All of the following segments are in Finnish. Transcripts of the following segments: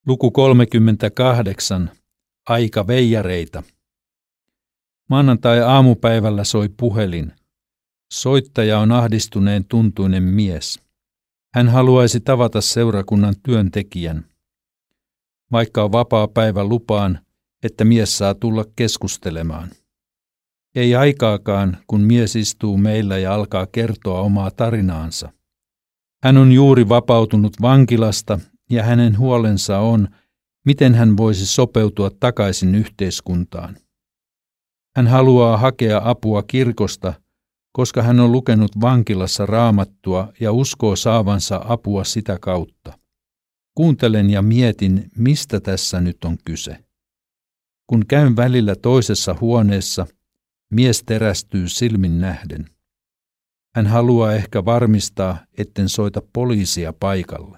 Luku 38. Aika veijareita. Maanantai-aamupäivällä soi puhelin. Soittaja on ahdistuneen tuntuinen mies. Hän haluaisi tavata seurakunnan työntekijän. Vaikka on vapaa päivä, lupaan, että mies saa tulla keskustelemaan. Ei aikaakaan, kun mies istuu meillä ja alkaa kertoa omaa tarinaansa. Hän on juuri vapautunut vankilasta ja hänen huolensa on, miten hän voisi sopeutua takaisin yhteiskuntaan. Hän haluaa hakea apua kirkosta, koska hän on lukenut vankilassa Raamattua ja uskoo saavansa apua sitä kautta. Kuuntelen ja mietin, mistä tässä nyt on kyse. Kun käyn välillä toisessa huoneessa, mies terästyy silmin nähden. Hän haluaa ehkä varmistaa, etten soita poliisia paikalle.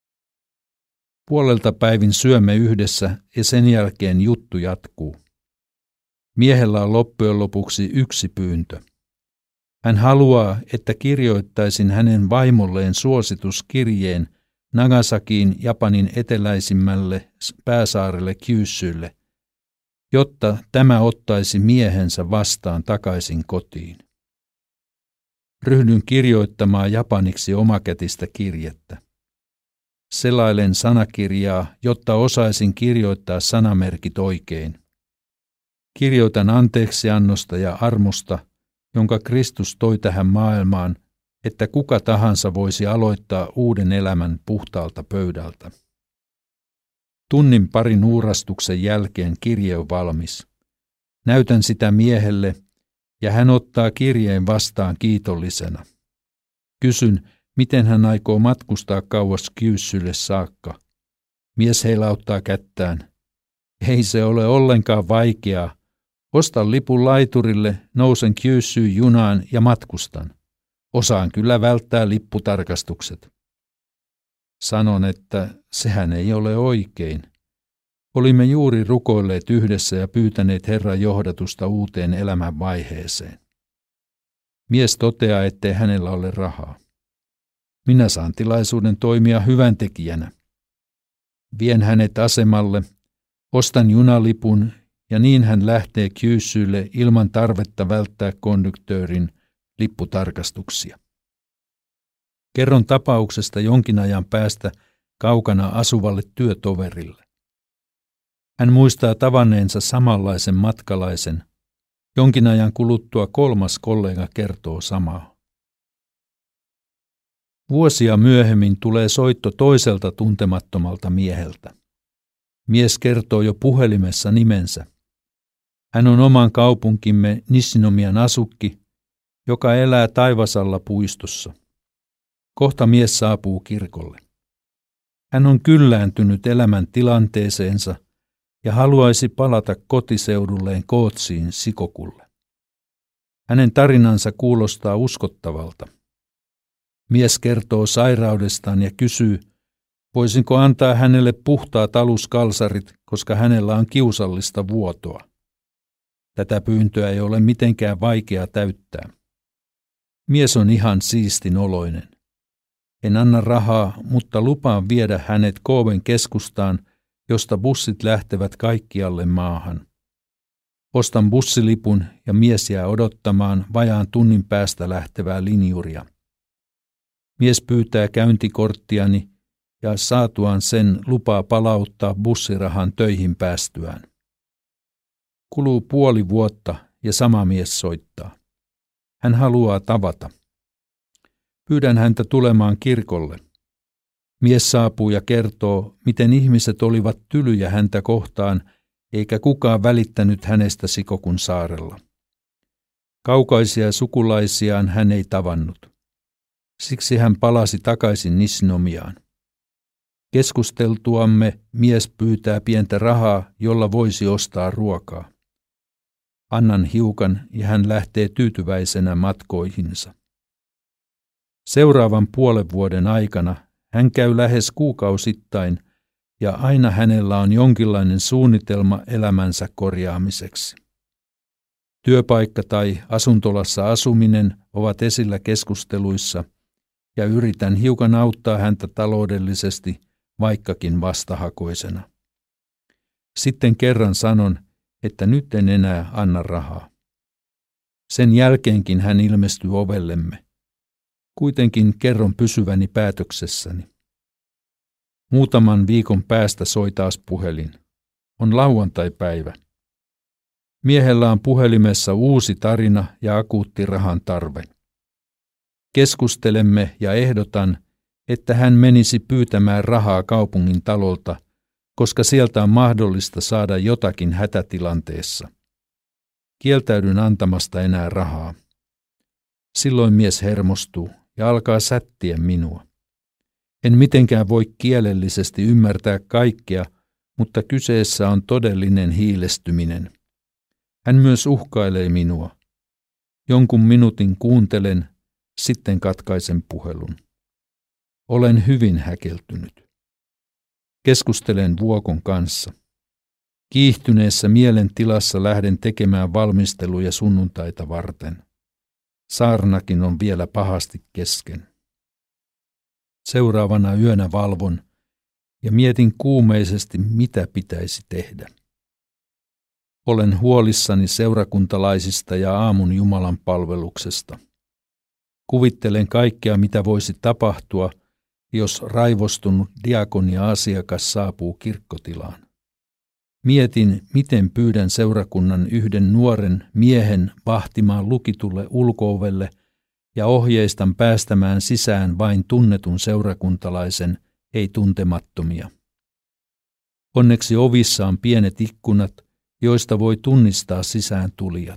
5:30 syömme yhdessä ja sen jälkeen juttu jatkuu. Miehellä on loppujen lopuksi yksi pyyntö. Hän haluaa, että kirjoittaisin hänen vaimolleen suosituskirjeen Nagasakiin, Japanin eteläisimmälle pääsaarelle Kyushylle, jotta tämä ottaisi miehensä vastaan takaisin kotiin. Ryhdyn kirjoittamaan japaniksi omakätistä kirjettä. Selailen sanakirjaa, jotta osaisin kirjoittaa sanamerkit oikein. Kirjoitan anteeksiannosta ja armosta, jonka Kristus toi tähän maailmaan, että kuka tahansa voisi aloittaa uuden elämän puhtaalta pöydältä. Tunnin parin uurastuksen jälkeen kirje on valmis. Näytän sitä miehelle, ja hän ottaa kirjeen vastaan kiitollisena. Kysyn, miten hän aikoo matkustaa kauas Kyushylle saakka. Mies heilauttaa kättään. Ei se ole ollenkaan vaikeaa. Ostan lipun laiturille, nousen Kyushyyn junaan ja matkustan. Osaan kyllä välttää lipputarkastukset. Sanon, että sehän ei ole oikein. Olimme juuri rukoilleet yhdessä ja pyytäneet Herran johdatusta uuteen elämän vaiheeseen. Mies toteaa, ettei hänellä ole rahaa. Minä saan tilaisuuden toimia hyväntekijänä. Vien hänet asemalle, ostan junalipun ja niin hän lähtee Kyushylle ilman tarvetta välttää konduktöörin lipputarkastuksia. Kerron tapauksesta jonkin ajan päästä kaukana asuvalle työtoverille. Hän muistaa tavanneensa samanlaisen matkalaisen. Jonkin ajan kuluttua 3. kollega kertoo samaa. Vuosia myöhemmin tulee soitto toiselta tuntemattomalta mieheltä. Mies kertoo jo puhelimessa nimensä. Hän on oman kaupunkimme Nishinomiyan asukki, joka elää Taivasalla puistossa. Kohta mies saapuu kirkolle. Hän on kyllääntynyt elämän tilanteeseensa ja haluaisi palata kotiseudulleen Kootsiin Sikokulle. Hänen tarinansa kuulostaa uskottavalta. Mies kertoo sairaudestaan ja kysyy, voisinko antaa hänelle puhtaat aluskalsarit, koska hänellä on kiusallista vuotoa. Tätä pyyntöä ei ole mitenkään vaikea täyttää. Mies on ihan siistin oloinen. En anna rahaa, mutta lupaan viedä hänet Koben keskustaan, josta bussit lähtevät kaikkialle maahan. Ostan bussilipun ja mies jää odottamaan vajaan tunnin päästä lähtevää linjuria. Mies pyytää käyntikorttiani ja saatuaan sen lupaa palauttaa bussirahan töihin päästyään. Kuluu 5 vuotta ja sama mies soittaa. Hän haluaa tavata. Pyydän häntä tulemaan kirkolle. Mies saapuu ja kertoo, miten ihmiset olivat tylyjä häntä kohtaan, eikä kukaan välittänyt hänestä Sikokun saarella. Kaukaisia sukulaisiaan hän ei tavannut. Siksi hän palasi takaisin Nishinomiyaan. Keskusteltuamme mies pyytää pientä rahaa, jolla voisi ostaa ruokaa. Annan hiukan ja hän lähtee tyytyväisenä matkoihinsa. Seuraavan 5 vuoden aikana hän käy lähes kuukausittain ja aina hänellä on jonkinlainen suunnitelma elämänsä korjaamiseksi. Työpaikka tai asuntolassa asuminen ovat esillä keskusteluissa ja yritän hiukan auttaa häntä taloudellisesti, vaikkakin vastahakoisena. Sitten kerran sanon, että nyt en enää anna rahaa. Sen jälkeenkin hän ilmestyy ovellemme. Kuitenkin kerron pysyväni päätöksessäni. Muutaman viikon päästä soi taas puhelin. On lauantaipäivä. Miehellä on puhelimessa uusi tarina ja akuutti rahan tarve. Keskustelemme ja ehdotan, että hän menisi pyytämään rahaa kaupungin talolta, koska sieltä on mahdollista saada jotakin hätätilanteessa. Kieltäydyn antamasta enää rahaa. Silloin mies hermostuu ja alkaa sättiä minua. En mitenkään voi kielellisesti ymmärtää kaikkea, mutta kyseessä on todellinen hiilestyminen. Hän myös uhkailee minua. Jonkun minuutin kuuntelen, sitten katkaisen puhelun. Olen hyvin häkeltynyt. Keskustelen Vuokon kanssa. Kiihtyneessä mielentilassa lähden tekemään valmisteluja sunnuntaita varten. Saarnakin on vielä pahasti kesken. Seuraavana yönä valvon ja mietin kuumeisesti, mitä pitäisi tehdä. Olen huolissani seurakuntalaisista ja aamun Jumalan palveluksesta. Kuvittelen kaikkea, mitä voisi tapahtua, jos raivostunut diakonia-asiakas saapuu kirkkotilaan. Mietin, miten pyydän seurakunnan yhden nuoren miehen vahtimaan lukitulle ulko-ovelle ja ohjeistan päästämään sisään vain tunnetun seurakuntalaisen, ei tuntemattomia. Onneksi ovissa on pienet ikkunat, joista voi tunnistaa sisään tulijat.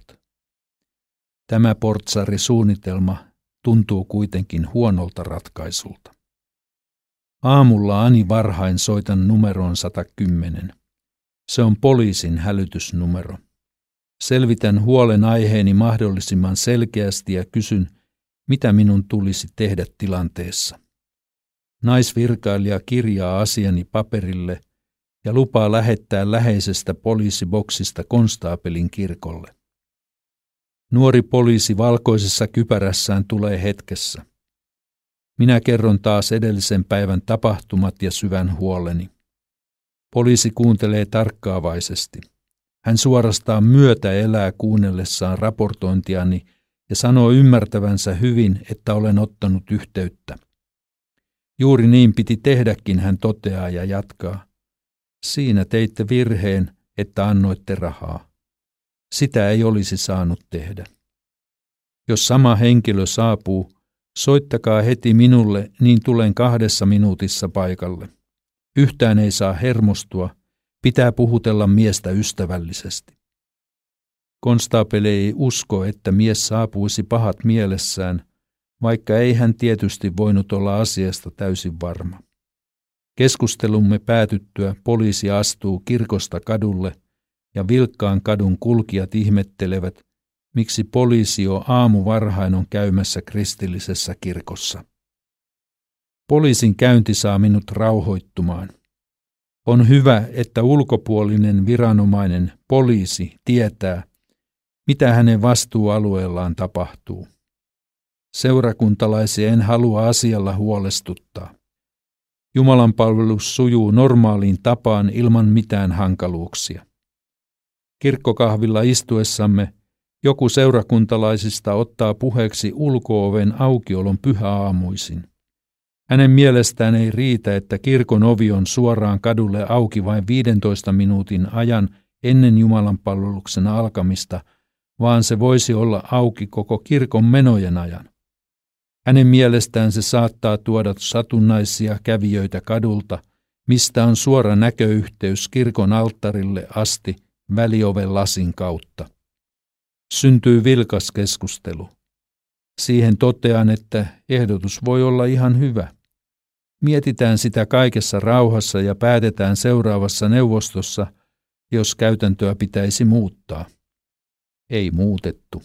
Tämä portsarisuunnitelma tuntuu kuitenkin huonolta ratkaisulta. Aamulla ani varhain soitan numeroon 110. Se on poliisin hälytysnumero. Selvitän huolen aiheeni mahdollisimman selkeästi ja kysyn, mitä minun tulisi tehdä tilanteessa. Naisvirkailija kirjaa asiani paperille ja lupaa lähettää läheisestä poliisiboksista konstaapelin kirkolle. Nuori poliisi valkoisessa kypärässään tulee hetkessä. Minä kerron taas edellisen päivän tapahtumat ja syvän huoleni. Poliisi kuuntelee tarkkaavaisesti. Hän suorastaan myötä elää kuunnellessaan raportointiani ja sanoo ymmärtävänsä hyvin, että olen ottanut yhteyttä. Juuri niin piti tehdäkin, hän toteaa ja jatkaa. Siinä teitte virheen, että annoitte rahaa. Sitä ei olisi saanut tehdä. Jos sama henkilö saapuu, soittakaa heti minulle, niin tulen 2 minuutissa paikalle. Yhtään ei saa hermostua, pitää puhutella miestä ystävällisesti. Konstaapeli ei usko, että mies saapuisi pahat mielessään, vaikka ei hän tietysti voinut olla asiasta täysin varma. Keskustelumme päätyttyä poliisi astuu kirkosta kadulle ja vilkkaan kadun kulkijat ihmettelevät, miksi poliisi jo aamuvarhain on käymässä kristillisessä kirkossa. Poliisin käynti saa minut rauhoittumaan. On hyvä, että ulkopuolinen viranomainen, poliisi, tietää, mitä hänen vastuualueellaan tapahtuu. Seurakuntalaisia en halua asialla huolestuttaa. Jumalan palvelus sujuu normaaliin tapaan ilman mitään hankaluuksia. Kirkkokahvilla istuessamme joku seurakuntalaisista ottaa puheeksi ulko-oven aukiolon pyhäaamuisin. Hänen mielestään ei riitä, että kirkon ovi on suoraan kadulle auki vain 15 minuutin ajan ennen jumalanpalveluksen alkamista, vaan se voisi olla auki koko kirkon menojen ajan. Hänen mielestään se saattaa tuoda satunnaisia kävijöitä kadulta, mistä on suora näköyhteys kirkon alttarille asti välioven lasin kautta. Syntyy vilkas keskustelu. Siihen totean, että ehdotus voi olla ihan hyvä. Mietitään sitä kaikessa rauhassa ja päätetään seuraavassa neuvostossa, jos käytäntöä pitäisi muuttaa. Ei muutettu.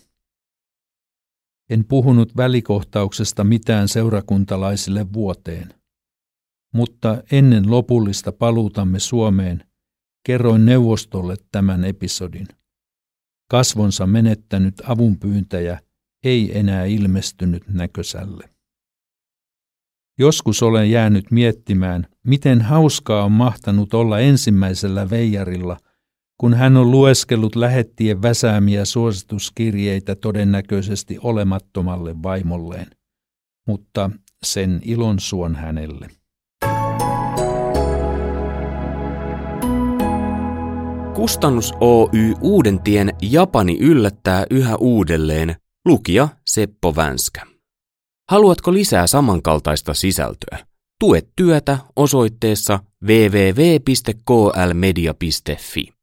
En puhunut välikohtauksesta mitään seurakuntalaisille vuoteen, mutta ennen lopullista paluutamme Suomeen kerroin neuvostolle tämän episodin. Kasvonsa menettänyt avunpyyntäjä ei enää ilmestynyt näkösälle. Joskus olen jäänyt miettimään, miten hauskaa on mahtanut olla ensimmäisellä veijarilla, kun hän on lueskellut lähettien väsäämiä suosituskirjeitä todennäköisesti olemattomalle vaimolleen. Mutta sen ilon suon hänelle. Kustannus Oy Uudentien Japani yllättää yhä uudelleen. Lukija Seppo Vänskä. Haluatko lisää samankaltaista sisältöä? Tue työtä osoitteessa www.klmedia.fi.